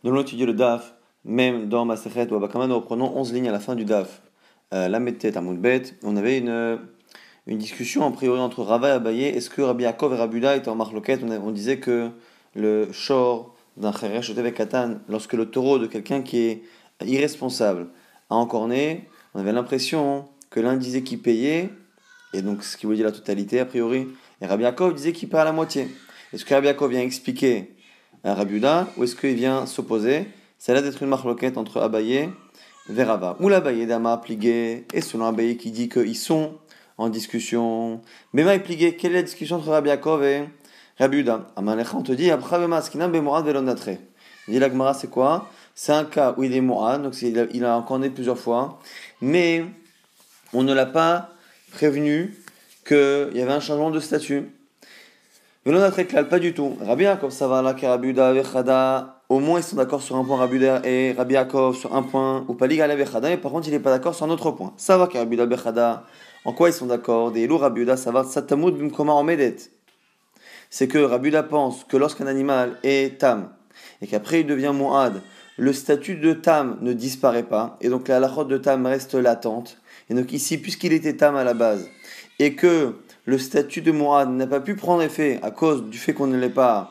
Nous allons étudier le DAF, même dans Masechet ou Abakama, nous reprenons 11 lignes à la fin du DAF. La Mettet, Amoud Bet, on avait une discussion a priori entre Rava et Abaye. Est-ce que Rabbi Yaakov et Rabbi Uda étaient en marloquette? On disait que le shor d'un Cheresh ou Katan, lorsque le taureau de quelqu'un qui est irresponsable a encorné, on avait l'impression que l'un disait qu'il payait, et donc ce qui veut dire la totalité a priori, et Rabbi Yaakov disait qu'il paie à la moitié. Est-ce que Rabbi Yaakov vient expliquer Rabbi Uda, ou est-ce qu'il vient s'opposer? C'est là d'être une marloquette entre Abaye et Rava. Ou l'Abaye d'Ama pligué, et selon Abaye qui dit qu'ils sont en discussion. Bema est pligué, quelle est la discussion entre Rabbi Yaakov et Rabbi Uda? Amalecha, on te dit, après Maskinam Bemoad Velonatre. Il dit la Gemara, c'est quoi? C'est un cas où il est Moad, donc il a encore né plusieurs fois, mais on ne l'a pas prévenu qu'il y avait un changement de statut. Velon a très clair, pas du tout. Rabbi Yaakov, ça va là, que Rabbi Uda Vechada, au moins ils sont d'accord sur un point, Rabbi Uda et Rabbi Yaakov sur un point, ou Paliga Vechada, mais par contre il n'est pas d'accord sur un autre point. Ça va, que Rabbi Uda Vechada, en quoi ils sont d'accord? Des loups Rabbi Uda, ça va, Satamud Bimkoma Omedet. C'est que Rabbi Uda pense que lorsqu'un animal est tam, et qu'après il devient Mu'ad, le statut de tam ne disparaît pas, et donc la halachot de tam reste latente. Et donc ici, puisqu'il était tam à la base, et que le statut de Mu'ad n'a pas pu prendre effet à cause du fait qu'on ne l'ait pas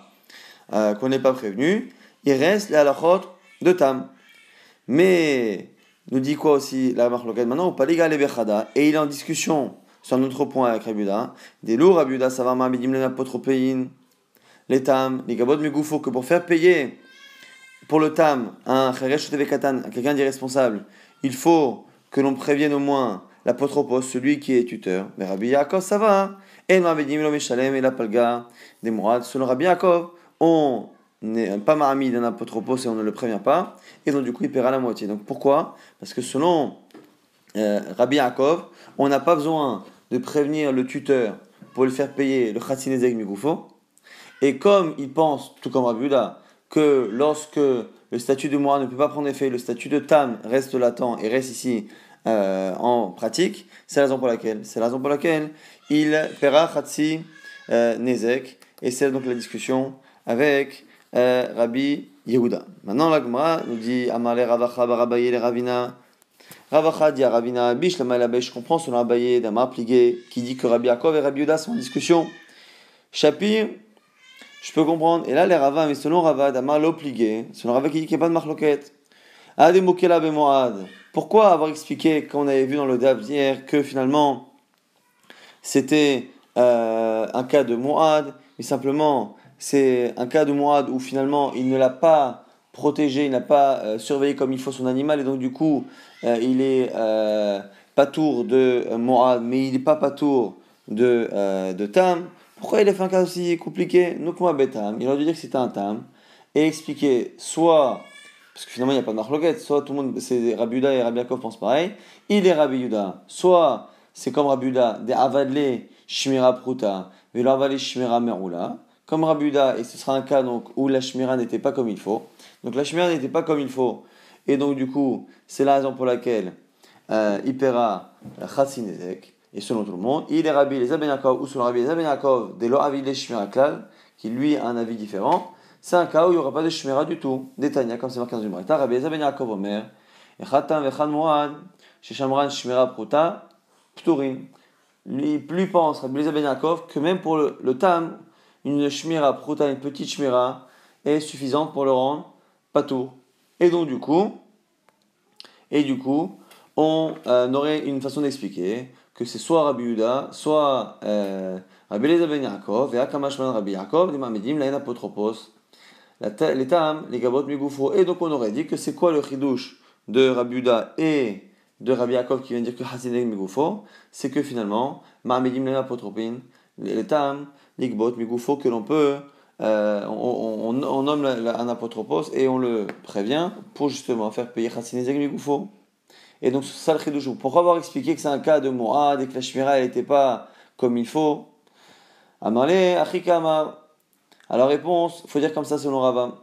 prévenu, il reste la halachot de tam. Mais nous dit quoi aussi la marloquette maintenant? Ou paliga lebechada, et il est en discussion sur un autre point avec Rabbi Uda. Des lourds Rabbi Uda, ça va ma'amidim lenapotropéin, les tam, les gabot megoufo, que pour faire payer pour le tam un cheresh katan, quelqu'un d'irresponsable, il faut que l'on prévienne au moins l'apotropos, celui qui est tuteur. Mais Rabbi Yaakov, ça va. Et la palga des mourad. Selon Rabbi Yaakov, on n'est pas ma'ami d'un apotropos et on ne le prévient pas. Et donc, du coup, il paiera la moitié. Donc, pourquoi? Parce que selon Rabbi Yaakov, on n'a pas besoin de prévenir le tuteur pour le faire payer le khatsinezeg migoufo. Et comme il pense, tout comme Rabbi Uda, que lorsque le statut de mourad ne peut pas prendre effet, le statut de tam reste latent et reste ici en pratique, c'est la raison pour laquelle il paiera Khatsi Nezek, et c'est donc la discussion avec Rabbi Yehuda. Maintenant la Gemara nous dit Amale Ravacha Barabaye le Ravina. Ravacha dit à Ravina Bish la Malabe, je comprends selon Abaye d'Amar Pligué qui dit que Rabbi Yaakov et Rabbi Yehuda sont en discussion. Shapir, je peux comprendre. Et là les Rava, mais selon Rava d'Amar lo Pligué, selon Rava qui dit qu'il n'y a pas de marloquette. Ademokela Bemoad. Pourquoi avoir expliqué, quand on avait vu dans le DAF hier, que finalement c'était un cas de Moad, mais simplement c'est un cas de Moad où finalement il ne l'a pas protégé, il n'a pas surveillé comme il faut son animal, et donc du coup il est patour de Moad, mais il n'est pas patour de Tam. Pourquoi il a fait un cas aussi compliqué? Donc moi, Betam, il aurait dû dire que c'était un Tam, et expliquer soit. Parce que finalement, il n'y a pas de marloquette. Soit tout le monde, c'est Rabbi Uda et Rabbi Yaakov pensent pareil. Il est Rabbi Uda. Soit c'est comme Rabbi Uda, des avadle shmira pruta, velo avale shmira merula. Comme Rabbi Uda, et ce sera un cas donc où la shmira n'était pas comme il faut. Donc la shmira n'était pas comme il faut. Et donc du coup, c'est la raison pour laquelle il paiera Khatsinezek. Et selon tout le monde, il est Rabbi Eliezer ben Yaakov, ou selon Rabbi Eliezer ben Yaakov, des lo avile shmira klal, qui lui a un avis différent. C'est un cas où il n'y aura pas de shmira du tout. Détania, comme c'est marqué dans une braïta, Rabbi Eliezer ben Yaakov Omer, Echatam vechan moad, sheshamran shmira pruta, pturin. Lui pense, Rabbi Eliezer ben Yaakov, que même pour le tam, une shmira pruta, une petite shmira, est suffisante pour le rendre patour. Et donc du coup, on aurait une façon d'expliquer que c'est soit Rabbi Uda, soit Rabbi Eliezer ben Yaakov, et Akamashman Rabbi Yaakov, les Mamedim, la apotropos. Les tam, les gabot migoufo. Et donc on aurait dit que c'est quoi le chidouche de Rabbi Uda et de Rabbi Yaakov qui vient dire que Hasidek migoufo? C'est que finalement, Ma'amedim l'apotropine, les tam, les gabot migoufo, que l'on peut, on nomme un apotropos et on le prévient pour justement faire payer Hasidek migoufo. Et donc c'est ça le chidouche. Pourquoi avoir expliqué que c'est un cas de Moad et que la shmira n'était pas comme il faut? Amarle, Achikama. Alors réponse, il faut dire comme ça selon Rava.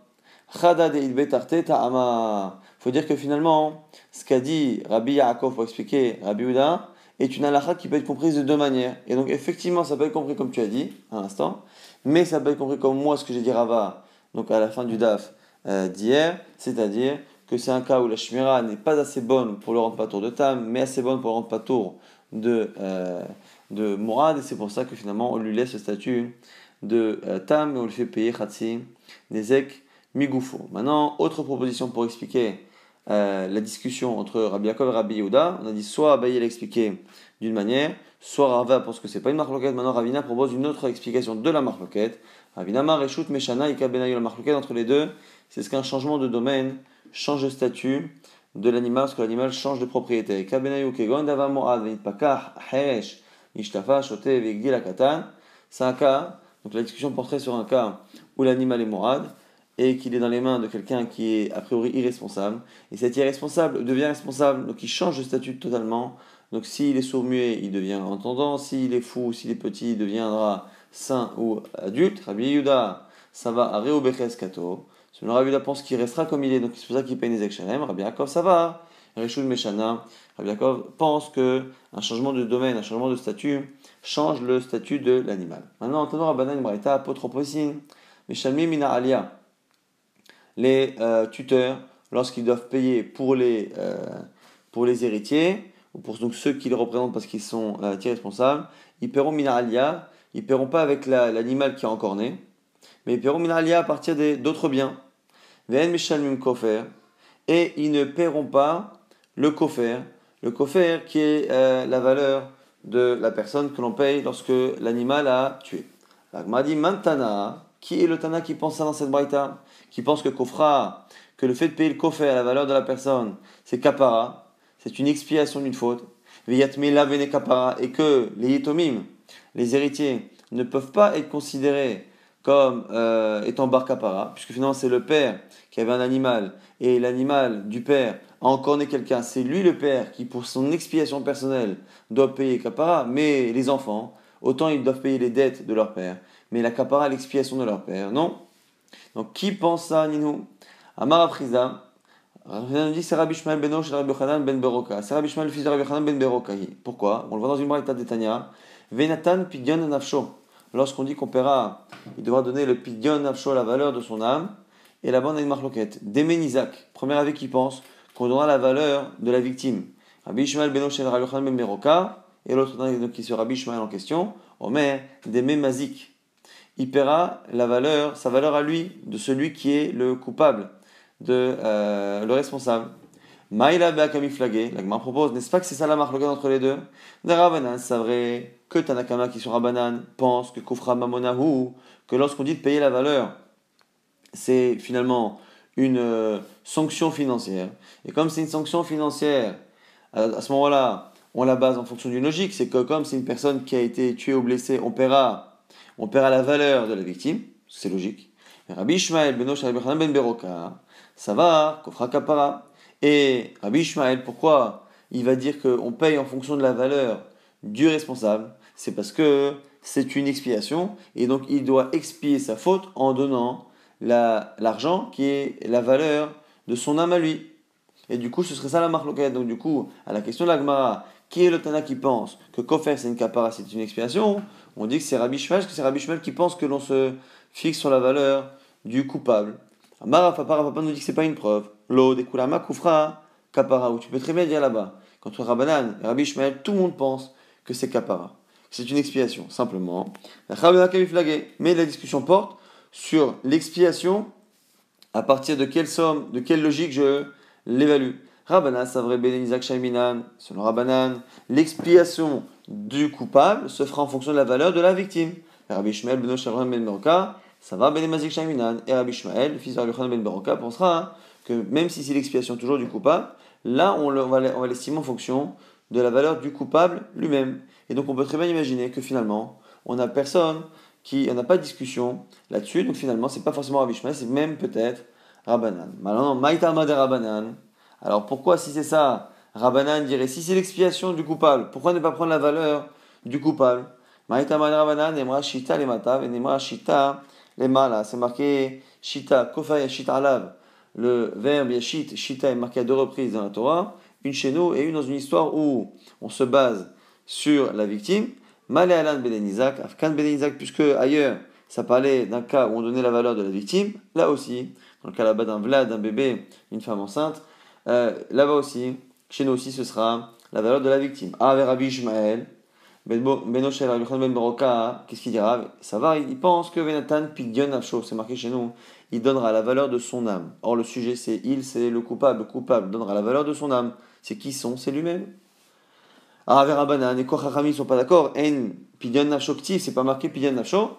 Il faut dire que finalement, ce qu'a dit Rabbi Yaakov pour expliquer Rabbi Uda est une halakha qui peut être comprise de deux manières. Et donc effectivement, ça peut être compris comme tu as dit à l'instant, mais ça peut être compris comme moi ce que j'ai dit Rava, donc à la fin du DAF, d'hier, c'est-à-dire que c'est un cas où la shmira n'est pas assez bonne pour le rendre patour de tam, mais assez bonne pour le rendre patour de mourad, et c'est pour ça que finalement on lui laisse le statut de tam, et on lui fait payer khatsi, nezek, migoufo. Maintenant, autre proposition pour expliquer la discussion entre Rabbi Yaakov et Rabbi Yehuda. On a dit soit Abaye l'a expliqué d'une manière, soit Rava pense que c'est pas une marloquette. Maintenant Ravina propose une autre explication de la marloquette. Ravina Mar Reshut Meshana Ika Benayu, la marloquette entre les deux, c'est ce qu'un changement de domaine change de statut de l'animal, parce que l'animal change de propriété. Ika Benayu Kegon Dava Moad Venit Pakah Heresh Ishtafa Shote Vegdil Akatan. C'est un cas, donc la discussion porterait sur un cas où l'animal est mourad et qu'il est dans les mains de quelqu'un qui est a priori irresponsable. Et cet irresponsable devient responsable, donc il change de statut totalement. Donc s'il est sourd-muet, il devient entendant. S'il est fou, s'il est petit, il deviendra sain ou adulte. Rabbi Yehuda, ça va à Reobeches Kato. Selon Rabbi Yehuda pense qu'il restera comme il est, donc c'est pour ça qu'il paye les Shalem. Rabbi Yaakov, ça va. Reshul Meshana. Rabbi Yaakov pense qu'un changement de domaine, un changement de statut, change le statut de l'animal. Maintenant, entendons Rabbanan Braïta, apotroposin, Meshalmi Mina Alia. Les tuteurs, lorsqu'ils doivent payer pour les héritiers, ou pour donc ceux qui les représentent parce qu'ils sont irresponsables, ils paieront mina alia, ils paieront pas avec l'animal qui est encore né, mais ils paieront mina alia à partir d'autres biens. Ve'en mishalmim kofer, et ils ne paieront pas le kofer qui est la valeur de la personne que l'on paye lorsque l'animal a tué. L'agma dit mantana, qui est le tana qui pense ça dans cette braïta, qui pense que kofra, que le fait de payer le kofer à la valeur de la personne, c'est kapara, c'est une expiation d'une faute. Veyatmela vene kapara, et que les yitomim, les héritiers, ne peuvent pas être considérés comme étant bar kapara, puisque finalement c'est le père qui avait un animal, et l'animal du père a encore né quelqu'un, c'est lui le père qui pour son expiation personnelle doit payer kapara, mais les enfants, autant ils doivent payer les dettes de leur père, mais la kapara l'expiation de leur père, non. Donc qui pense ça, Ninou? Amar Afriza, nous dit c'est Rabbi Shmuel ben Osh et Rabbi Yochanan ben Beroka. C'est Rabbi Shmuel le fils de Rabbi Yochanan ben Beroka. Pourquoi? On le voit dans une braïta de Tanya. Venatan pidyon nafsho. Lorsqu'on dit qu'on paiera, il devra donner le pidyon nafsho, la valeur de son âme. Et là-bas on a une marloquette. Demen Isaac, premier avis qui pense qu'on donnera la valeur de la victime. Rabbi Shmuel ben Osh et Rabbi Yochanan ben Beroka. Et l'autre qui sera Rabbi Shmuel en question. Omer Demen Mazik. Il paiera la valeur, sa valeur à lui, de celui qui est le coupable, le responsable. Maïla Beakami flagué, la Gemara propose, n'est-ce pas que c'est ça la marque entre les deux? De Rabanan, c'est vrai que Tanakama qui sont Rabanan pense que Kufra Mamonahu, que lorsqu'on dit de payer la valeur, c'est finalement une sanction financière. Et comme c'est une sanction financière, à ce moment-là, on la base en fonction d'une logique, c'est que comme c'est une personne qui a été tuée ou blessée, on paiera la valeur de la victime, c'est logique. Rabbi Ishmael ben Osh Rabbi Yochanan ben Beroka, ça va, kofra kapara. Et Rabbi Ishmael, pourquoi il va dire qu'on paye en fonction de la valeur du responsable? C'est parce que c'est une expiation, et donc il doit expier sa faute en donnant l'argent qui est la valeur de son âme à lui. Et du coup, ce serait ça la marloquette. Donc du coup, à la question de la Gemara, qui est le Tana qui pense que kofer c'est une kapara, c'est une expiation? On dit que c'est Rabbi Shmuel, qui pense que l'on se fixe sur la valeur du coupable. Amara Papa nous dit que c'est pas une preuve. Lo de kulama kufra kapara, où tu peux très bien dire là-bas. Quand tu Rabbanan et Rabbi Shmuel, tout le monde pense que c'est kapara. C'est une expiation, simplement. Mais la discussion porte sur l'expiation à partir de quelle somme, de quelle logique je l'évalue. Rabbanan, Savre Ben Isaac Shaiminan, selon Rabbanan, l'expiation du coupable se fera en fonction de la valeur de la victime. Rabbi Shmuel Ben Osh Ben Beroka, ça va Ben Mazik Shaiminan, et Rabbi Shmuel, le fils de Rabbi Yochanan Ben Beroka, pensera que même si c'est l'expiation toujours du coupable, là on va l'estimer en fonction de la valeur du coupable lui-même. Et donc on peut très bien imaginer que finalement, on n'a pas de discussion là-dessus, donc finalement c'est pas forcément Rabbi Shmuel, c'est même peut-être Rabbanan. Maintenant, Maïtama de Rabbanan. Alors pourquoi, si c'est ça, Rabbanan dirait, si c'est l'expiation du coupable, pourquoi ne pas prendre la valeur du coupable? Maïtama de Rabbanan, Nemra Shita les Matav, et Nemra Shita les Mala. C'est marqué Shita, Kofa Yashita Alav. Le verbe Yashit, Shita est marqué à 2 reprises dans la Torah, une chez nous et une dans une histoire où on se base sur la victime. Malé Alan Ben Isaac, Afkan Ben Isaac, puisque ailleurs ça parlait d'un cas où on donnait la valeur de la victime, là aussi, dans le cas là-bas d'un vlad, d'un bébé, une femme enceinte, là-bas aussi, chez nous aussi, ce sera la valeur de la victime. Ah, Rabbi Ishmael, Benoshel, Rabbi Yochanan ben Baroka, qu'est-ce qu'il dira? Ça va, il pense que Venatan Pidyon Nafsho, c'est marqué chez nous, il donnera la valeur de son âme. Or, le sujet, c'est il, c'est le coupable. Le coupable donnera la valeur de son âme. C'est qui sont? C'est lui-même. Ah, Verabanan, et quoi, Chachamim, ils sont pas d'accord. En Pidyon Nafsho Ktiv, c'est pas marqué Pidyon Nafsho.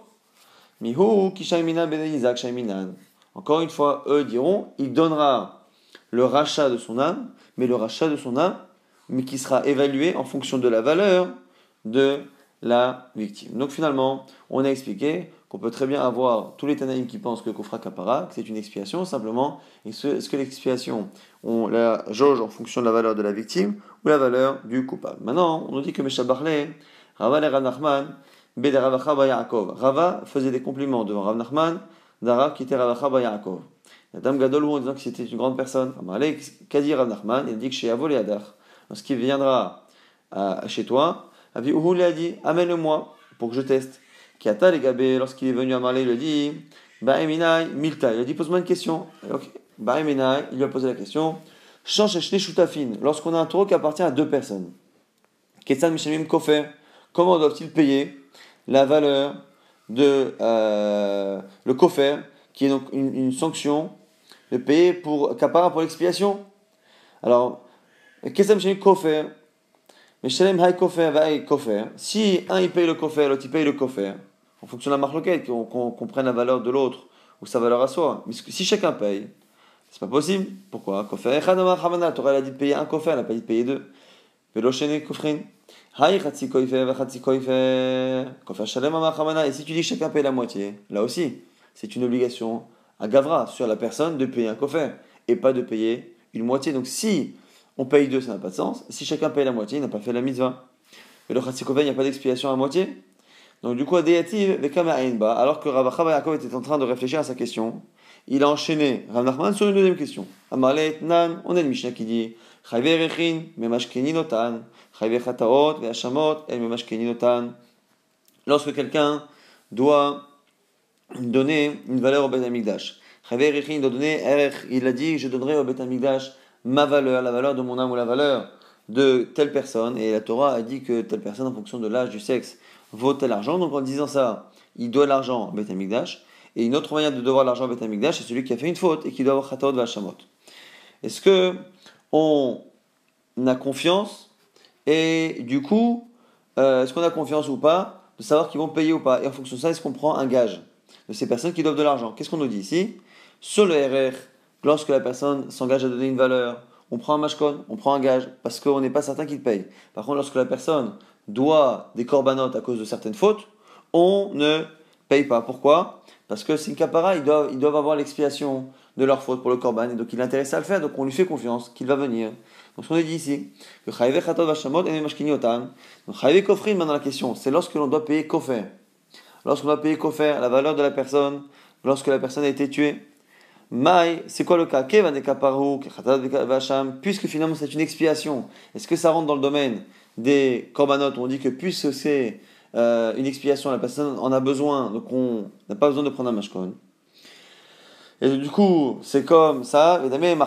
Mihu, Kishaiminan ben Isaac, Shaiminan. Encore une fois, eux diront, il donnera le rachat de son âme, mais le rachat de son âme, mais qui sera évalué en fonction de la valeur de la victime. Donc finalement, on a expliqué qu'on peut très bien avoir tous les Tanaïm qui pensent que Kofra Kapara, que c'est une expiation simplement, est-ce que l'expiation, on la jauge en fonction de la valeur de la victime ou la valeur du coupable. Maintenant, on nous dit que Meshabarle, Rava le Rav Nachman, Bede Ravacha ba Yaakov. Rava faisait des compliments devant Rav Nachman, d'Ara qui était Ravacha ba Yaakov. La dame Gadol, en disant que c'était une grande personne. Qu'a dit Rav Nachman? Il dit que chez Avol et Adar, lorsqu'il viendra chez toi, Abi Uhul lui a dit, amène-le-moi pour que je teste. Kiata les Gabé, lorsqu'il est venu à Marley, il lui a dit, Ba'eminai Milta. Il a dit, pose-moi une question. Ok. Ba'eminai, il lui a posé la question. Change Shne Shutafin, lorsqu'on a un taureau qui appartient à deux personnes. Ketsan Mishamim Kofer, comment doivent-ils payer la valeur de le kofer, qui est donc une sanction de payer pour kapara pour l'expiation? Alors, Ketsan Mishamim Kofer, mais Shalem Hay Kofer, Vaï Kofer. Si un il paye le Kofer, l'autre il paye le Kofer, en fonction de la marloquette, qu'on comprenne la valeur de l'autre ou sa valeur à soi. Mais si chacun paye, c'est pas possible. Pourquoi? Kofer Echadama Hamana, t'aurais dit de payer un Kofer, elle n'a pas dit de payer deux. Veloshene Kofrin. Hay Khatsi Kofer, Khatsi Kofer. Kofer Shalem Hamana. Et si tu dis que chacun paye la moitié, là aussi, c'est une obligation à Gavra sur la personne de payer un Kofer et pas de payer une moitié. Donc si on paye deux, ça n'a pas de sens. Si chacun paye la moitié, il n'a pas fait la mitzvah. Et le Khatsikoven, il n'y a pas d'expiation à moitié. Donc du coup, alors que Rav Chava Yaakov était en train de réfléchir à sa question, il a enchaîné Rav Nachman sur une deuxième question. Amarle Nan, on a une Mishnah qui dit Chayve Rechin, Memashkeni Notan, Chayve Chataot, Ve'ashamot, El Memashkeni Notan. Lorsque quelqu'un doit donner une valeur au Beth Amikdash, Chayve Rechin doit donner Erech, il a dit je donnerai au Beth Amikdash ma valeur, la valeur de mon âme ou la valeur de telle personne, et la Torah a dit que telle personne, en fonction de l'âge, du sexe, vaut tel argent. Donc en disant ça, il doit l'argent à Beth Amikdash, et une autre manière de devoir l'argent à Beth Amikdash, c'est celui qui a fait une faute et qui doit avoir Chataot V'Hashamot. Est-ce que on a confiance, et du coup, est-ce qu'on a confiance ou pas, de savoir qu'ils vont payer ou pas, et en fonction de ça, est-ce qu'on prend un gage de ces personnes qui doivent de l'argent? Qu'est-ce qu'on nous dit ici? Sur le RR, lorsque la personne s'engage à donner une valeur, on prend un mashkon, on prend un gage, parce qu'on n'est pas certain qu'il paye. Par contre, lorsque la personne doit des corbanotes à cause de certaines fautes, on ne paye pas. Pourquoi? Parce que c'est une capara, ils doivent avoir l'expiation de leur faute pour le korban, et donc il est intéressé à le faire, donc on lui fait confiance qu'il va venir. Donc ce qu'on est dit ici, que Chayve Chatot Vashamot et Mashkini Otan. Donc Chayve Kofrin, maintenant la question, c'est lorsque l'on doit payer Kofer. Lorsqu'on doit payer Kofer, la valeur de la personne, lorsque la personne a été tuée. Maï, c'est quoi le cas? Puisque finalement c'est une expiation, est-ce que ça rentre dans le domaine des korbanot? On dit que puisque c'est une expiation, la personne en a besoin, donc on n'a pas besoin de prendre un mashkon. Et du coup, c'est comme ça.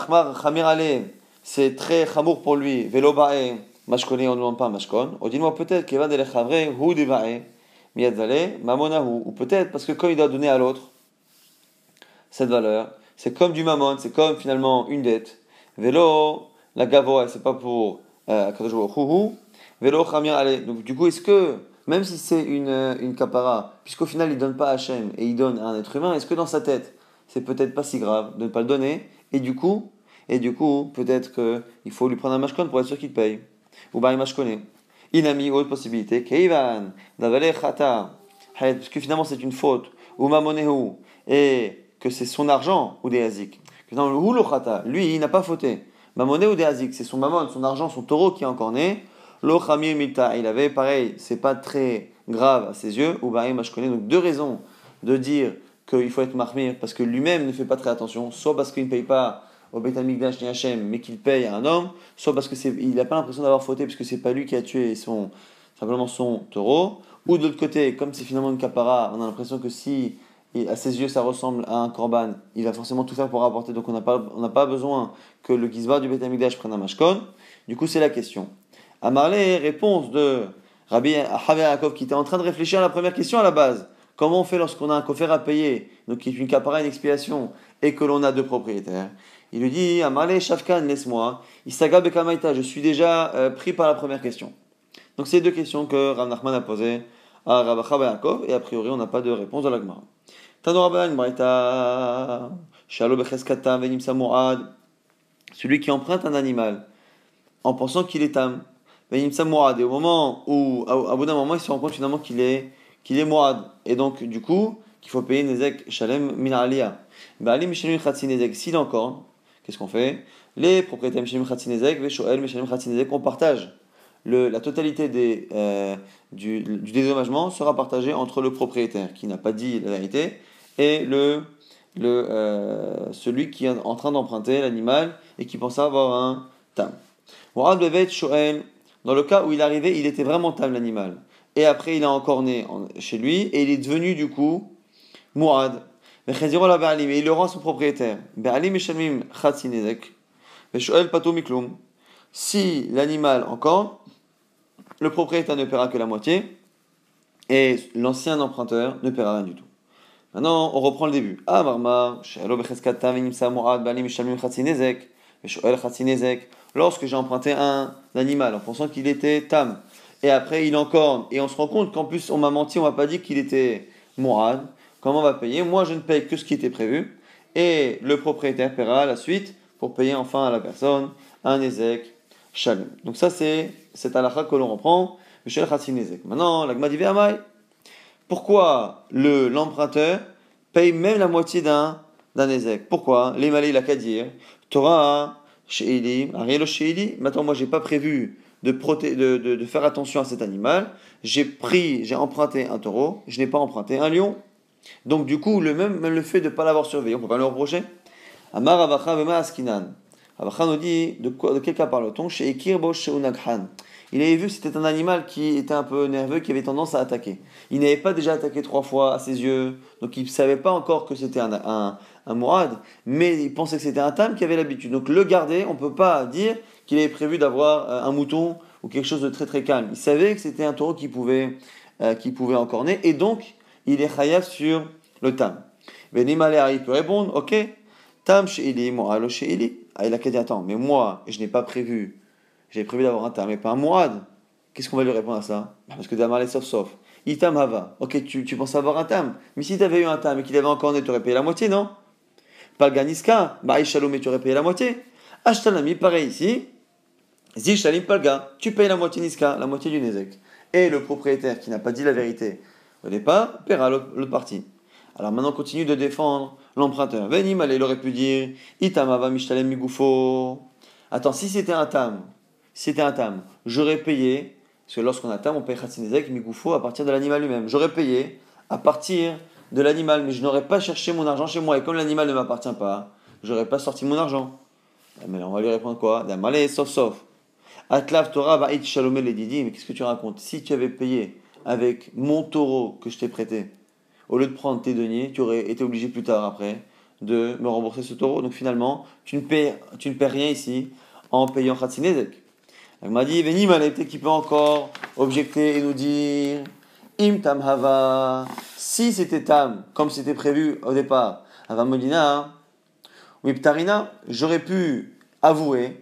C'est très chamour pour lui. Velobae, mashkoné, on ne demande pas un mashkon. On dit, moi peut-être qu'il va de l'echavre, hu devae, miyadzale, mamonahu. Ou peut-être parce que comme il doit donner à l'autre cette valeur, c'est comme du mammon, c'est comme finalement une dette. Vélo, la gavoa, c'est pas pour Kadosh Baruch Hu. Vélo, chamir, allez. Donc du coup, est-ce que, même si c'est une kapara, puisqu'au final il donne pas à Hachem et il donne à un être humain, est-ce que dans sa tête, c'est peut-être pas si grave de ne pas le donner, et du coup, peut-être qu'il faut lui prendre un mashkon pour être sûr qu'il paye. Ou bien un mashkoné. Inami, autre possibilité, Keivan, Davale Chata, parce que finalement c'est une faute, ou Mamonehu, et que c'est son argent ou des hazik. Que dans le Hulochata, lui, il n'a pas fauté. Mamoné ou des hazik, c'est son mammon, son argent, son taureau qui est encore né. Lochamir mita, il avait pareil, c'est pas très grave à ses yeux. Ou baïm, je connais donc deux raisons de dire qu'il faut être marmir, parce que lui-même ne fait pas très attention, soit parce qu'il ne paye pas au Beth Amikdash ni Hachem, mais qu'il paye à un homme, soit parce qu'il n'a pas l'impression d'avoir fauté, puisque c'est pas lui qui a tué simplement son taureau. Ou de l'autre côté, comme c'est finalement une capara, on a l'impression que si et à ses yeux ça ressemble à un korban, il va forcément tout faire pour rapporter, donc on n'a pas besoin que le gizbar du Beth Amikdash prenne un mashkon. Du coup, c'est la question. Amarlé, réponse de Rabbi Yaakov qui était en train de réfléchir à la première question à la base. Comment on fait lorsqu'on a un kofer à payer, donc qui est une kapara, une expiation, et que l'on a deux propriétaires? Il lui dit, Amarlé, Shafkan, laisse-moi. Isaga Bekamaita, je suis déjà pris par la première question. Donc c'est deux questions que Rav Nachman a posées à Rabbi Yaakov, et a priori on n'a pas de réponse de la Gemara. Tano Rabbanan Braïta, Shalo Becheskatam Venim Samourad, celui qui emprunte un animal en pensant qu'il est tam. Venim Samourad, et au moment où, à bout d'un moment, il se rend compte finalement qu'il est Mourad, et donc du coup, qu'il faut payer Nezek Shalem Minalia. Ba'alim Mishalim Khatsi Nezek, s'il encore, qu'est-ce qu'on fait? Les propriétaires Mishalim Khatsi Nezek, Veshoel Mishalim Khatsi Nezek, on partage. La totalité du dédommagement sera partagée entre le propriétaire qui n'a pas dit la vérité et celui qui est en train d'emprunter l'animal et qui pensait avoir un tam. Mourad Bevet Shoel, dans le cas où il arrivait, il était vraiment tam l'animal. Et après, il a encore né chez lui et il est devenu du coup Mourad. Mais il le rend à son propriétaire. Be'alim Mishamim Khatsi Nezek. Shoel Pato Miklum. Si l'animal encore, le propriétaire ne paiera que la moitié et l'ancien emprunteur ne paiera rien du tout. Maintenant, on reprend le début. Ah, Marma, lorsque j'ai emprunté un animal en pensant qu'il était tam, et après il encore, et on se rend compte qu'en plus on m'a menti, on m'a pas dit qu'il était mourad, comment on va payer? Moi je ne paye que ce qui était prévu, et le propriétaire paiera la suite pour payer enfin à la personne un ezek shalom. Donc ça c'est cette halakha que l'on reprend, Maintenant, la Gemara dit pourquoi l'emprunteur paye même la moitié d'un ézek? Pourquoi? Les malais, il a qu'à dire Torah, Sheili, Arielo Sheili. Maintenant, moi, j'ai pas prévu de faire attention à cet animal. J'ai emprunté un taureau, je n'ai pas emprunté un lion. Donc, du coup, même le fait de ne pas l'avoir surveillé, on ne peut pas le reprocher. Amar Avacha Vema Askinan. Avacha nous dit de quel cas parle-t-on? Chez Ekirbo Sheunaghan. Il avait vu que c'était un animal qui était un peu nerveux, qui avait tendance à attaquer. Il n'avait pas déjà attaqué 3 fois à ses yeux, donc il ne savait pas encore que c'était un mourad, mais il pensait que c'était un tam qui avait l'habitude. Donc le garder, on ne peut pas dire qu'il avait prévu d'avoir un mouton ou quelque chose de très très calme. Il savait que c'était un taureau qui pouvait encore naître, et donc il est chayav sur le tam. Benimalea, il peut répondre, ok, tam she'ili, mo'alo she'ili. Ah, il a qu'à dire, attends, mais moi, je n'ai pas prévu. J'avais prévu d'avoir un tam, mais pas un mourad. Qu'est-ce qu'on va lui répondre à ça? Parce que Damar les sauf. Itam hava. Ok, tu pensais avoir un tam. Mais si tu avais eu un tam et qu'il avait encore né, tu aurais payé la moitié, non? Palganiska, Baï Shalom, tu aurais payé la moitié. Ashtanami, pareil ici. Zi Shalim Palga, tu payes la moitié Niska, la moitié du Nezek. Et le propriétaire qui n'a pas dit la vérité au départ, paiera l'autre partie. Alors maintenant, on continue de défendre l'emprunteur. Venim, il aurait pu dire Itam hava Mishtalem Migufo. Attends, si c'était un tam, j'aurais payé, parce que lorsqu'on a tam, on paye Khatsinezek, Migoufo à partir de l'animal lui-même. J'aurais payé à partir de l'animal, mais je n'aurais pas cherché mon argent chez moi. Et comme l'animal ne m'appartient pas, j'aurais pas sorti mon argent. Mais là, on va lui répondre quoi? D'amalé, sauf. Atlav Torah ba'it shalomé les didi, mais qu'est-ce que tu racontes? Si tu avais payé avec mon taureau que je t'ai prêté, au lieu de prendre tes deniers, tu aurais été obligé plus tard après de me rembourser ce taureau. Donc finalement, tu ne paies rien ici en payant Khatsinezek. Elle m'a dit, Venim, peut-être qu'il peut encore objecter et nous dire, Im tam hava, si c'était tam, comme c'était prévu au départ, hava molina, ou iptarina, j'aurais pu avouer,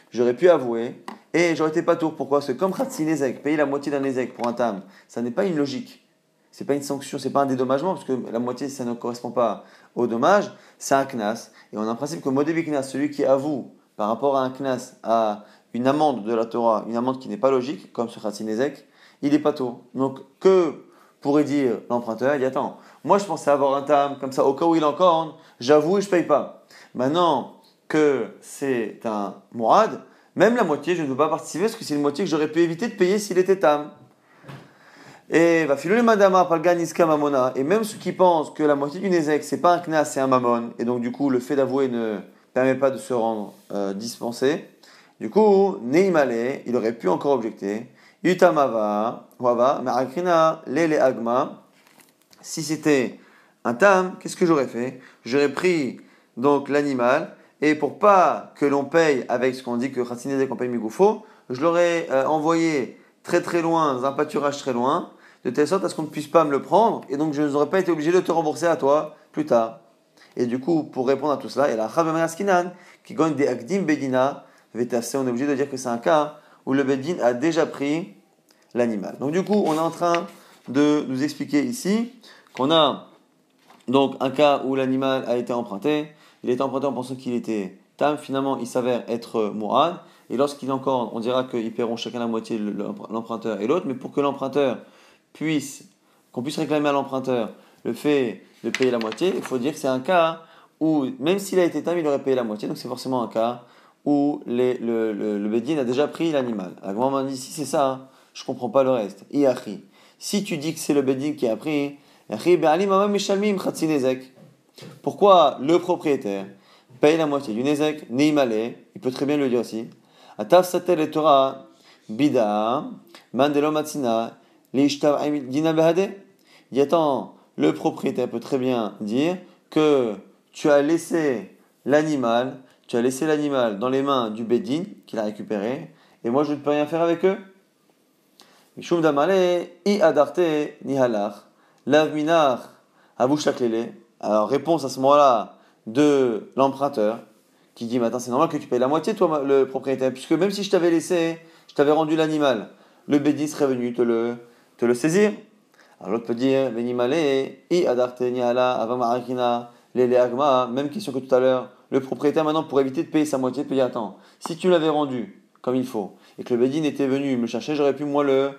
et j'aurais été pas tour. Pourquoi? Parce que comme Khatsinezek, payer la moitié d'un ezek pour un tam, ça n'est pas une logique. C'est pas une sanction, c'est pas un dédommagement, parce que la moitié, ça ne correspond pas au dommage, c'est un knas. Et on a un principe que modébi knas, celui qui avoue par rapport à un knas, à une amende de la Torah, une amende qui n'est pas logique, comme ce Khatsinezek, il est pas tôt. Donc, que pourrait dire l'emprunteur? Il dit, attends, moi je pensais avoir un tam, comme ça, au cas où il encorne, j'avoue et je paye pas. Maintenant que c'est un mourad, même la moitié, je ne veux pas participer, parce que c'est une moitié que j'aurais pu éviter de payer s'il était tam. Et va filer madama palganiska mamona. Et même ceux qui pensent que la moitié du nezek, c'est pas un knas, c'est un mamon, et donc du coup, le fait d'avouer ne permet pas de se rendre dispensé. Du coup, Neimale, il aurait pu encore objecter. Utamava, Wava, Marakrina, Lele Agma. Si c'était un tam, qu'est-ce que j'aurais fait? J'aurais pris donc l'animal, et pour pas que l'on paye avec ce qu'on dit que Khatsinezek on paye Migoufo, je l'aurais envoyé très très loin, dans un pâturage très loin, de telle sorte à ce qu'on ne puisse pas me le prendre, et donc je n'aurais pas été obligé de te rembourser à toi plus tard. Et du coup, pour répondre à tout cela, il y a la Chavamay Askinan qui gagne des Akdim Bedina, VTC, on est obligé de dire que c'est un cas où le Bedin a déjà pris l'animal. Donc du coup, on est en train de nous expliquer ici qu'on a donc un cas où l'animal a été emprunté, il a été emprunté en pensant qu'il était tam, finalement il s'avère être mourad, et lorsqu'il est encore, on dira qu'ils paieront chacun la moitié, l'emprunteur et l'autre, mais pour que l'emprunteur qu'on puisse réclamer à l'emprunteur le fait de payer la moitié, il faut dire que c'est un cas où, même s'il a été tam, il aurait payé la moitié, donc c'est forcément un cas où le Bedin a déjà pris l'animal. La grand m'a dit, si c'est ça, hein, je ne comprends pas le reste. Iachi. Si tu dis que c'est le Bedin qui a pris, pourquoi le propriétaire paye la moitié du nezek, neimale, il peut très bien le dire aussi. Ataf satel et Torah, bida, mandelo matzina, l'ishtav dina behade. Il y a tant, le propriétaire peut très bien dire que tu as laissé l'animal, dans les mains du bedin qu'il a récupéré, et moi je ne peux rien faire avec eux. Mishum damale, I adarte ni halach, lav minar, avu shaklele. Alors, réponse à ce moment-là de l'emprunteur qui dit: mais attends, c'est normal que tu payes la moitié, toi, le propriétaire, puisque même si je t'avais laissé, je t'avais rendu l'animal, le bédis serait venu te le saisir. Alors, l'autre peut dire: venimale, I adarte ni hala, avamarakina, lele agma. Même question que tout à l'heure. Le propriétaire, maintenant, pour éviter de payer sa moitié, peut dire: attends, si tu l'avais rendu comme il faut, et que le bédin était venu me chercher, j'aurais pu, moi,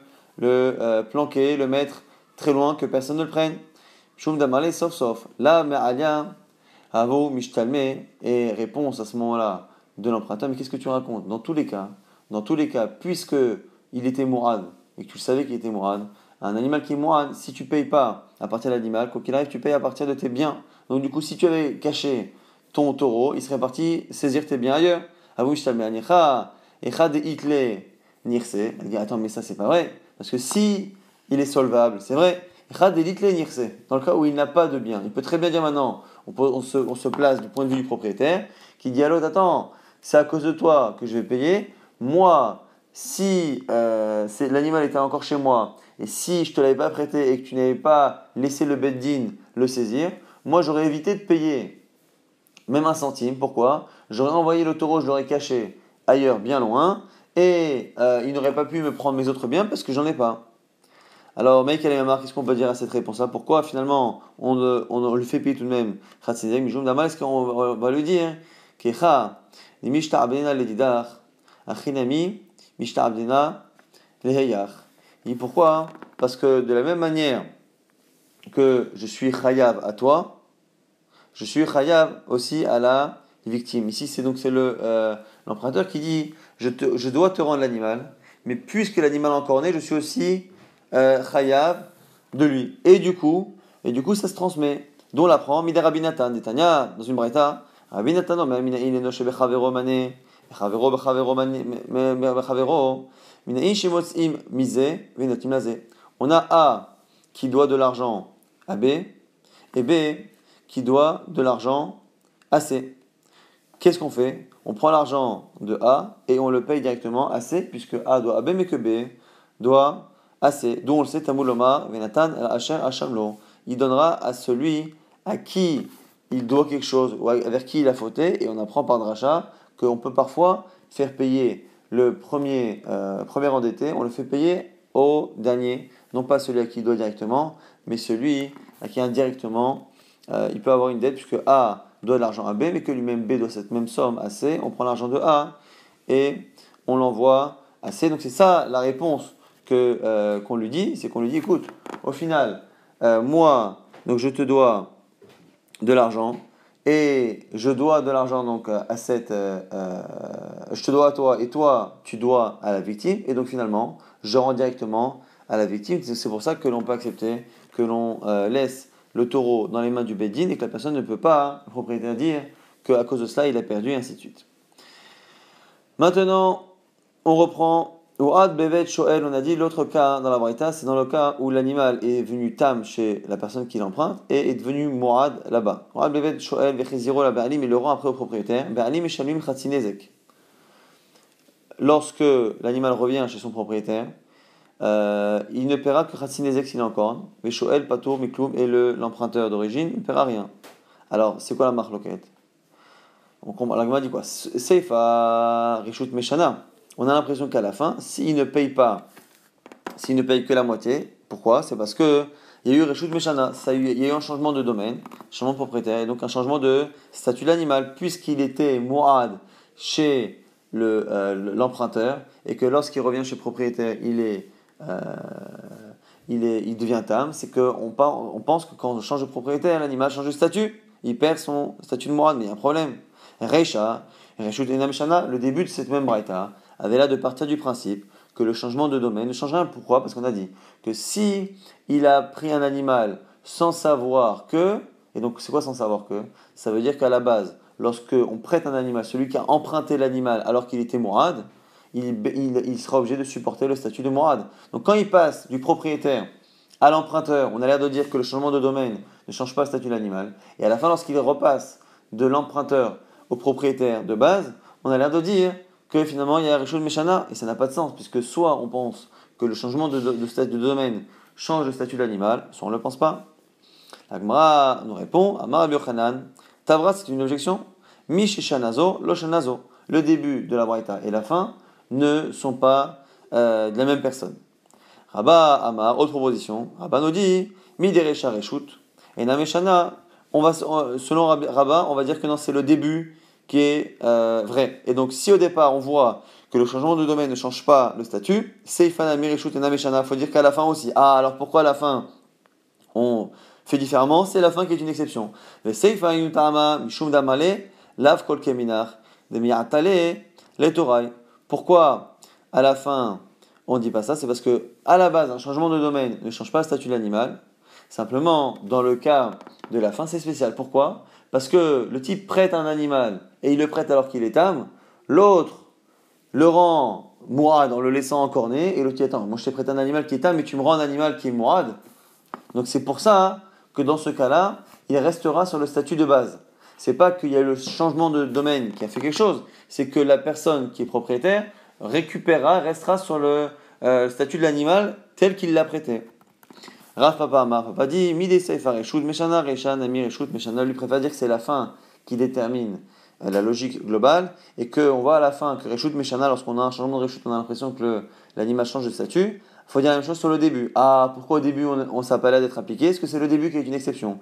le planquer, le mettre très loin, que personne ne le prenne. Shum damale, sauf. Là, me'alia, avo, mishtalme, et réponse à ce moment-là de l'emprunteur: mais qu'est-ce que tu racontes? Dans tous les cas, puisque il était mourad, et que tu savais qu'il était mourad, un animal qui est mourad, si tu payes pas à partir de l'animal, quoi qu'il arrive, tu payes à partir de tes biens. Donc du coup, si tu avais caché ton taureau, il serait parti saisir tes biens ailleurs. Avo, mishtalme, anicha, echa de itle, nirse. Elle dit: attends, mais ça c'est pas vrai, parce que si il est solvable, c'est vrai. Dans le cas où il n'a pas de bien, il peut très bien dire maintenant, on se place du point de vue du propriétaire, qui dit à l'autre: attends, c'est à cause de toi que je vais payer. Moi, si l'animal était encore chez moi, et si je ne te l'avais pas prêté et que tu n'avais pas laissé le beddin le saisir, moi j'aurais évité de payer même un centime. Pourquoi? J'aurais envoyé le taureau, je l'aurais caché ailleurs, bien loin, et il n'aurait pas pu me prendre mes autres biens parce que j'en ai pas. Alors, Meik Alemamar, qu'est-ce qu'on peut dire à cette réponse-là? Pourquoi finalement on le fait payer tout de même? Khatsinzek, Mijoum Damal, est-ce qu'on va lui dire Kecha, ni Mishta Abdena Ledidach, Achinami, Mishta Abdena Leheyach. Il dit pourquoi? Parce que de la même manière que je suis chayav à toi, je suis chayav aussi à la victime. Ici, c'est l'emprunteur qui dit: je dois te rendre l'animal, mais puisque l'animal est encore né, je suis aussi chayav de lui. Et du coup, ça se transmet. Dont l'apprend Midé Rabbi Nathan, Netanya, dans une braïta, Rabbi Nathan, non, mais Mina Ineno Shebechavero Mane, Bechavero Bechavero Mane, Bechavero, Mina In Shemotzim Mise, Venotim Laze. On a A qui doit de l'argent à B, et B qui doit de l'argent à C. Qu'est-ce qu'on fait? On prend l'argent de A et on le paye directement à C, puisque A doit à B, mais que B doit à C. D'où on le sait, Tamuloma, Venatan, Asher, Ashamlo. Il donnera à celui à qui il doit quelque chose, ou vers qui il a fauté, et on apprend par Dracha qu'on peut parfois faire payer le premier endetté, on le fait payer au dernier, non pas celui à qui il doit directement, mais celui à qui indirectement il peut avoir une dette, puisque A doit de l'argent à B, mais que lui-même B doit cette même somme à C. On prend l'argent de A et on l'envoie à C. Donc c'est ça la réponse qu'on lui dit, c'est qu'on lui dit: écoute, au final, moi, donc je te dois de l'argent, et je dois de l'argent donc à je te dois à toi, et toi tu dois à la victime, et donc finalement je rends directement à la victime. C'est pour ça que l'on peut accepter que l'on laisse le taureau dans les mains du Beddin, et que la personne ne peut pas, le propriétaire, dire qu'à cause de cela il a perdu, et ainsi de suite. Maintenant, on reprend Ouad bevet shoel, on a dit l'autre cas dans la Braïta, c'est dans le cas où l'animal est venu tam chez la personne qui l'emprunte et est devenu moad là-bas. Ouad bevet shoel vechiziro la ba'alim, il le rend après au propriétaire. Ba'alim et shalmim chatzinezek. Lorsque l'animal revient chez son propriétaire, il ne paiera que chatzinezek s'il est en corne. Mais shoel patour mikloum et l'emprunteur d'origine ne paiera rien. Alors c'est quoi la marloquette? La Gemara dit quoi? Seifa rishut meshana. On a l'impression qu'à la fin, s'il ne paye que la moitié, pourquoi? C'est parce que il y a eu rishut meshana, il y a eu un changement de domaine, changement de propriétaire, et donc un changement de statut de l'animal, puisqu'il était mu'ad chez l'emprunteur, et que lorsqu'il revient chez le propriétaire, il devient tam, c'est qu'on pense que quand on change de propriétaire, l'animal change de statut, il perd son statut de mu'ad, mais il y a un problème. Reisha, reshut enam shana, le début de cette même braïta avait là de partir du principe que le changement de domaine ne change rien. Pourquoi? Parce qu'on a dit que si il a pris un animal sans savoir que, et donc c'est quoi sans savoir que? Ça veut dire qu'à la base, lorsque on prête un animal, celui qui a emprunté l'animal alors qu'il était mourad, il sera obligé de supporter le statut de mourad. Donc quand il passe du propriétaire à l'emprunteur, on a l'air de dire que le changement de domaine ne change pas le statut de l'animal. Et à la fin, lorsqu'il repasse de l'emprunteur au propriétaire de base, on a l'air de dire que finalement il y a Rishon Meshana, et ça n'a pas de sens, puisque soit on pense que le changement de statut de domaine change le statut de l'animal, soit on ne le pense pas. La Gemara nous répond, Amar Rabbi Yochanan, Tavra c'est une objection, Mishishanazo, Loshanazo. Le début de la Braïta et la fin ne sont pas de la même personne. Rabba Amar, autre proposition, Rabba nous dit, Miderecha Reshut, et Nameshana, selon Rabba, on va dire que non, c'est le début qui est vrai. Et donc, si au départ on voit que le changement de domaine ne change pas le statut, Seifan Amirishut et Nameshana, il faut dire qu'à la fin aussi. Ah, alors pourquoi à la fin on fait différemment? C'est la fin qui est une exception. Seifan Yutama, Mishum Damale, Lav Kol Keminar, Demiatale, Letorai. Pourquoi à la fin on ne dit pas ça? C'est parce que à la base, un changement de domaine ne change pas le statut de l'animal. Simplement, dans le cas de la fin, c'est spécial. Pourquoi? Parce que le type prête un animal et il le prête alors qu'il est âme. L'autre le rend mourad en le laissant encorné. Et l'autre dit, attends, moi je t'ai prêté un animal qui est âme mais tu me rends un animal qui est mourad. Donc c'est pour ça que dans ce cas-là, il restera sur le statut de base. C'est pas qu'il y a eu le changement de domaine qui a fait quelque chose. C'est que la personne qui est propriétaire restera sur le statut de l'animal tel qu'il l'a prêté. Rav Papa Amar, Papa dit, Mide Seifa Reshut Meshana, Reshan Amir Reshut Meshana, lui préfère dire que c'est la fin qui détermine la logique globale, et qu'on voit à la fin que Reshut Meshana, lorsqu'on a un changement de Reshut, on a l'impression que l'animal change de statut, il faut dire la même chose sur le début. Ah, pourquoi au début on s'appelle à d'être appliqué? Est-ce que c'est le début qui est une exception?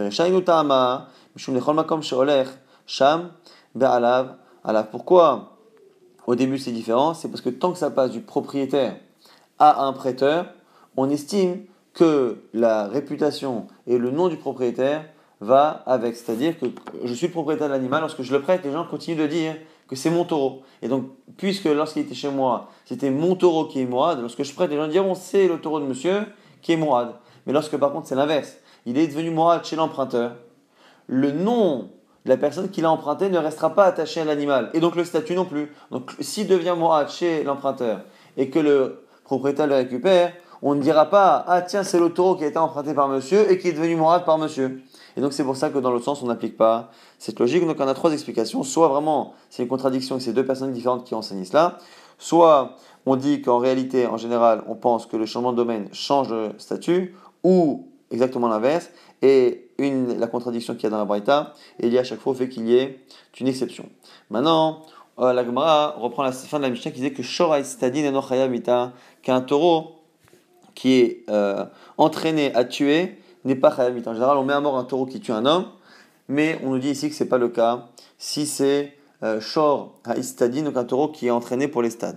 Pourquoi au début c'est différent? C'est parce que tant que ça passe du propriétaire à un prêteur, on estime que la réputation et le nom du propriétaire va avec. C'est-à-dire que je suis le propriétaire de l'animal, lorsque je le prête, les gens continuent de dire que c'est mon taureau. Et donc, puisque lorsqu'il était chez moi, c'était mon taureau qui est mourad, lorsque je prête, les gens diront c'est le taureau de monsieur qui est mourad. Mais lorsque par contre c'est l'inverse, il est devenu mourad chez l'emprunteur, le nom de la personne qui l'a emprunté ne restera pas attaché à l'animal. Et donc le statut non plus. Donc s'il devient mourad chez l'emprunteur et que le propriétaire le récupère, on ne dira pas ah tiens c'est le taureau qui a été emprunté par monsieur et qui est devenu mourad par monsieur. Et donc c'est pour ça que dans l'autre sens on n'applique pas cette logique. Donc on a trois explications. Soit vraiment c'est une contradiction et c'est deux personnes différentes qui enseignent cela. Soit on dit qu'en réalité en général on pense que le changement de domaine change de statut, ou exactement l'inverse. Et la contradiction qu'il y a dans la Braïta est liée à chaque fois au fait qu'il y ait une exception. Maintenant la Gemara reprend la fin de la Mishnah qui disait que Shorai Stadin Enochaya Mita, qu'un taureau qui est entraîné à tuer n'est pas Chayam Mita. En général, on met à mort un taureau qui tue un homme, mais on nous dit ici que ce n'est pas le cas si c'est Shor Haistadin, donc un taureau qui est entraîné pour les stades.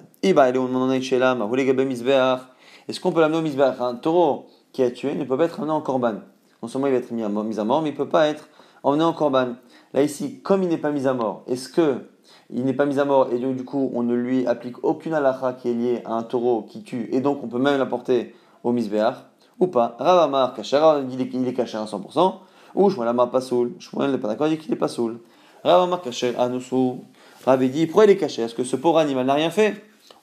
Est-ce qu'on peut l'amener au Mizbeach? Un taureau qui a tué ne peut pas être amené en Korban. Non seulement il va être mis à mort, mais il ne peut pas être emmené en Korban. Là ici, comme il n'est pas mis à mort, est-ce que il n'est pas mis à mort et donc du coup on ne lui applique aucune halakha qui est liée à un taureau qui tue et donc on peut même l'apporter au misbéach ou pas? Rav Amar Kacher, il est caché à 100%, ou Shmuel Amar Pasoul, Shmuel n'est pas d'accord, il dit qu'il est Pasoul. Rav Amar Kacher Anoussou, Rav dit pourquoi il est caché? Est-ce que ce pauvre animal n'a rien fait?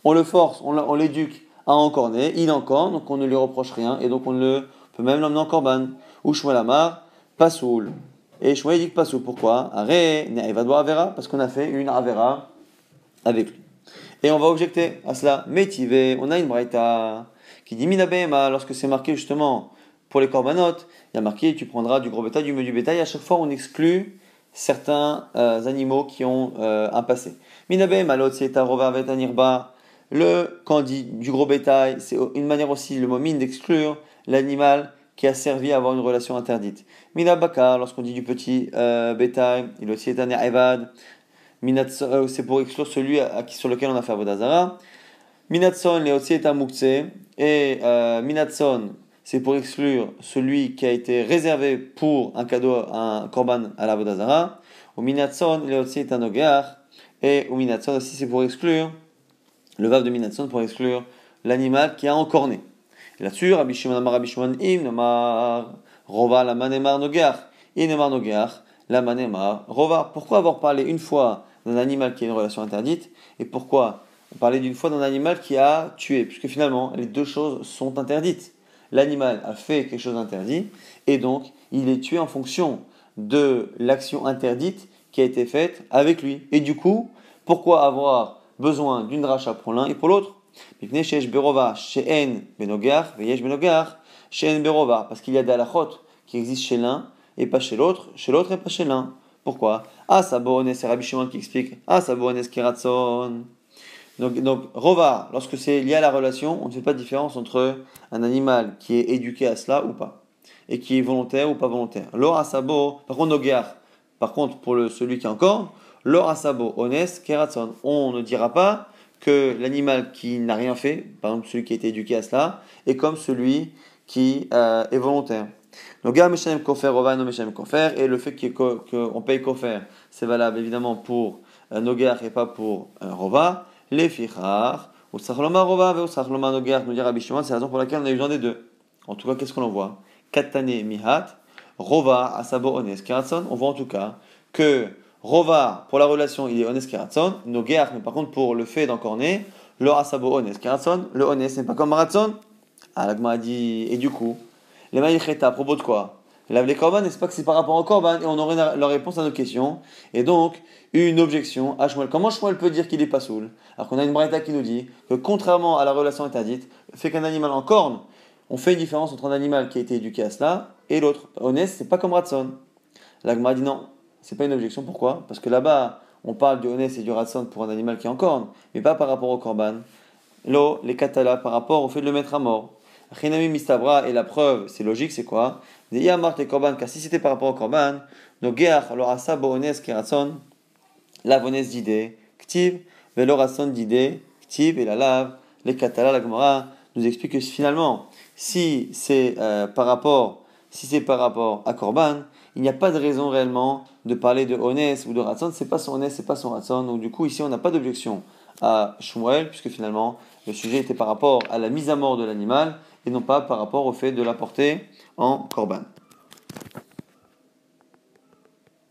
on le force, on l'éduque à encorner, il encorne, donc on ne lui reproche rien, et donc on peut même l'emmener en corban. Ou Shmuel Amar, Pasoul. Et Shmuel dit que Pasoul, pourquoi? Aré, il va devoir Avera, parce qu'on a fait une Avera avec lui. Et on va objecter à cela. Métivé, on a une braïta qui dit Minabema, lorsque c'est marqué justement pour les corbanotes, il y a marqué tu prendras du gros bétail, du bétail. À chaque fois, on exclut certains animaux qui ont un passé. Minabema, l'autre c'est Tarova Vetanirba. Quand on dit du gros bétail, c'est une manière aussi, le mot min, d'exclure l'animal qui a servi à avoir une relation interdite. Minabaka, lorsqu'on dit du petit bétail, il aussi est un evad. C'est pour exclure celui sur lequel on a fait Avodazara. Minatson, les aussi est un mukse. Et Minatson, c'est pour exclure celui qui a été réservé pour un cadeau, un korban à la Avodazara. Ou Minatson, les aussi est un ogar. Et ou Minatson aussi, c'est pour exclure le vav de Minatson, pour exclure l'animal qui a encorné. Et là-dessus, Rabbi Shimon Amar Rabbi Shimon Im Nomar Rova la manemar nogar. In Nomar nogar la manemar Rova. Pourquoi avoir parlé une fois d'un animal qui a une relation interdite et pourquoi parler d'une fois d'un animal qui a tué, puisque finalement les deux choses sont interdites. L'animal a fait quelque chose d'interdit et donc il est tué en fonction de l'action interdite qui a été faite avec lui. Et du coup, pourquoi avoir besoin d'une dracha pour l'un et pour l'autre? Parce qu'il y a des halachot qui existent chez l'un et pas chez l'autre et pas chez l'un. Pourquoi? Ah, Sabones, c'est Rabbi Shimon qui explique. Ah, Sabones Kiratson. Donc, Rova, lorsque c'est lié à la relation, on ne fait pas de différence entre un animal qui est éduqué à cela ou pas, et qui est volontaire ou pas volontaire. L'or Asabo, par contre, Nogear, par contre, pour celui qui est encore, l'or Asabo, Ones Kiratson. On ne dira pas que l'animal qui n'a rien fait, par exemple celui qui a été éduqué à cela, est comme celui qui est volontaire. Nogar Meshalem Kofer, Rova no Meshalem Kofer, et le fait qu'on paye Kofer, c'est valable évidemment pour Nogar et pas pour Rova. Les Fichar, ou Sachloma Rova, ou Sachloma Nogar, nous dit Rabbi Shimon, c'est la raison pour laquelle on a besoin des deux. En tout cas, qu'est-ce qu'on en voit? Katane Mihat, Rova, Asabo Ones Kiratson, on voit en tout cas que Rova, pour la relation, il est Ones Kiratson, Nogar, mais par contre pour le fait d'encorner, le Asabo Ones Kiratson, le Ones n'est pas comme Maratson. Ah, l'Agma a dit, et du coup, les Maïcheta, à propos de quoi? Les Korban, n'est-ce pas que c'est par rapport au Korban? Et on aurait la réponse à nos questions. Et donc, une objection à Shmuel. Comment Shmuel peut dire qu'il est pas saoul? Alors qu'on a une braïta qui nous dit que contrairement à la relation interdite, fait qu'un animal en corne, on fait une différence entre un animal qui a été éduqué à cela et l'autre. Honest, c'est pas comme Ratson. L'Agma dit non, c'est pas une objection. Pourquoi? Parce que là-bas, on parle du Honest et du Ratson pour un animal qui est en corne, mais pas par rapport au Korban. L'eau, les Katala, par rapport au fait de le mettre à mort. Chinami mistabra, et la preuve, c'est logique, c'est quoi? Car si c'était par rapport au korban, no geach lo asa bo'ones keratson, la vones d'idée, ktiv, velo ratson d'idée, ktiv, et la lave, les katala, la gemara, nous explique que finalement, si c'est par rapport à korban, il n'y a pas de raison réellement de parler de ones ou de ratson, c'est pas son ones, c'est pas son ratson, donc du coup ici on n'a pas d'objection à Shmuel, puisque finalement le sujet était par rapport à la mise à mort de l'animal, et non pas par rapport au fait de l'apporter en korban.